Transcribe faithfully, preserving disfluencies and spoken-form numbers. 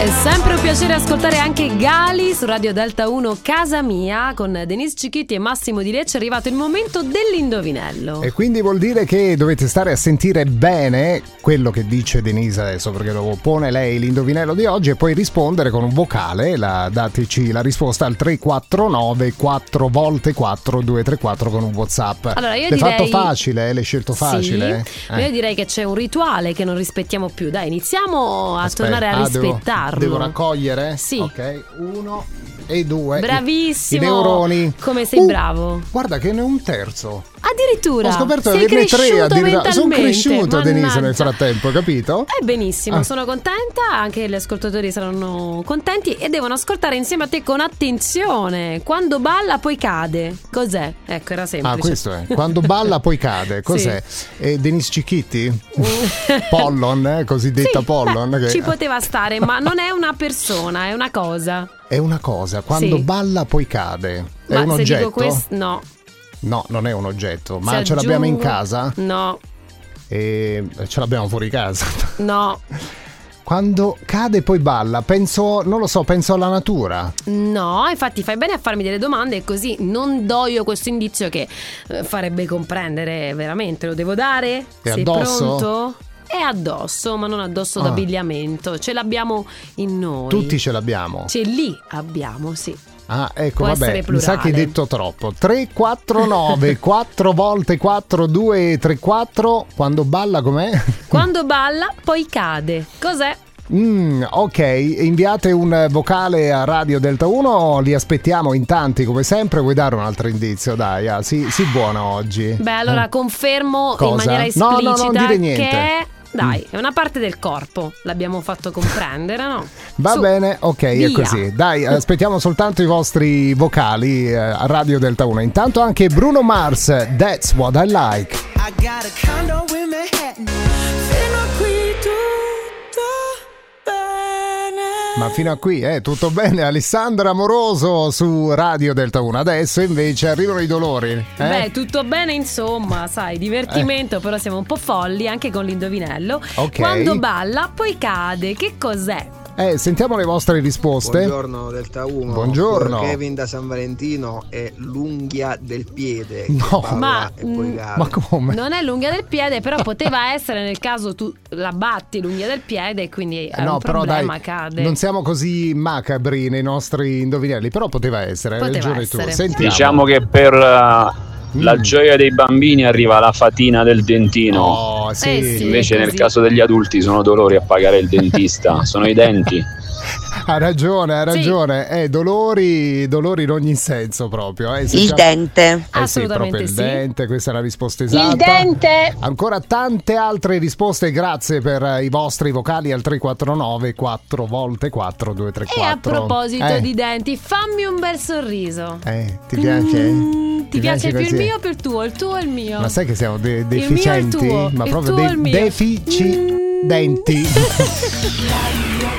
È sempre un piacere ascoltare anche Gali su Radio Delta uno Casa Mia con Denise Cicchitti e Massimo Di Lecce. È arrivato il momento dell'indovinello. E quindi vuol dire che dovete stare a sentire bene quello che dice Denise adesso, perché lo pone lei l'indovinello di oggi, e poi rispondere con un vocale. La, dateci la risposta al tre quattro nove quattro volte quattro due tre quattro con un WhatsApp. Allora io L'hai direi... fatto facile, l'hai scelto facile? Sì, eh. Io direi che c'è un rituale che non rispettiamo più. Dai, iniziamo a Aspetta, tornare a ah, rispettarlo. Devo, devo raccogliere? Sì. Ok, uno e due. Bravissimo. I, i neuroni. Come sei uh, bravo. Guarda che ne ho un terzo. Addirittura ho scoperto di sei averne tre addirittura. Sono cresciuto, Mannaggia. Denise, nel frattempo, capito? Eh benissimo, ah. sono contenta. Anche gli ascoltatori saranno contenti e devono ascoltare insieme a te con attenzione. Quando balla poi cade. Cos'è? Ecco, era semplice. Ah, questo è. Quando balla poi cade. Cos'è? Sì. Eh, Denise Cicchitti? Pollon, eh? Cosiddetta sì, Pollon. Beh, che... ci poteva stare, ma non è una persona, è una cosa. È una cosa. Quando sì. balla poi cade. È ma un se oggetto? Dico questo, no. No, non è un oggetto. Ma Se ce aggiungo... l'abbiamo in casa? No. E ce l'abbiamo fuori casa? No. Quando cade poi balla, penso, non lo so, penso alla natura. No, infatti fai bene a farmi delle domande, così non do io questo indizio che eh, farebbe comprendere veramente. Lo devo dare? È Sei addosso? Pronto? È addosso, ma non addosso ah. d'abbigliamento. Ce l'abbiamo in noi. Tutti ce l'abbiamo. Ce li abbiamo, sì. Ah, ecco, Può vabbè, mi sa che hai detto troppo. tre quattro nove quattro volte quattro due tre quattro. Quando balla com'è? Quando balla poi cade. Cos'è? Mm, ok, inviate un vocale a Radio Delta uno, li aspettiamo in tanti come sempre. Vuoi dare un altro indizio? Dai, ah, sì, sì, buona oggi. Beh, allora eh. confermo Cosa? in maniera esplicita no, no, non dire niente. che dai, è una parte del corpo, l'abbiamo fatto comprendere, no? Va Su. bene, ok, Via. è così. Dai, aspettiamo soltanto i vostri vocali eh, a Radio Delta uno. Intanto anche Bruno Mars, That's What I Like. I got a condo in Manhattan, fino a qui tutto bene. Ma fino a qui, eh, tutto bene. Alessandra Amoroso su Radio Delta uno. Adesso invece arrivano i dolori. Eh? Beh, tutto bene, insomma, sai, divertimento, eh. Però siamo un po' folli anche con l'indovinello. Ok. Quando balla poi cade, che cos'è? Eh, sentiamo le vostre risposte. Buongiorno Delta uno. Buongiorno. Kevin da San Valentino è l'unghia del piede. No, che ma, e poi cade. ma come? Non è l'unghia del piede, però poteva essere nel caso tu la batti l'unghia del piede e quindi è no, un però problema, dai, cade. non siamo così macabri nei nostri indovinelli, però poteva essere, hai Poteva ragione essere. tu. Sentiamo. Diciamo che per uh, la Mm. gioia dei bambini arriva la fatina del dentino. Oh, sì. Eh sì. Invece nel così. caso degli adulti sono dolori a pagare il dentista, sono i denti. Ha ragione, ha ragione. Sì. Eh, dolori, dolori in ogni senso proprio. Eh, il siamo... dente. Eh sì, Assolutamente proprio il sì. dente, questa è la risposta esatta. Il dente. Ancora tante altre risposte, grazie per i vostri vocali al tre quattro nove quattro volte quattro due tre quattro. E a proposito eh. di denti, fammi un bel sorriso. Eh, ti piace? Mm, ti, Ti piace, piace più il così? mio o più il tuo? Il tuo o il mio? Ma sai che siamo de- Il mio o il deficienti? tuo? Ma Il proprio tuo o de- il mio? defici Mm. denti.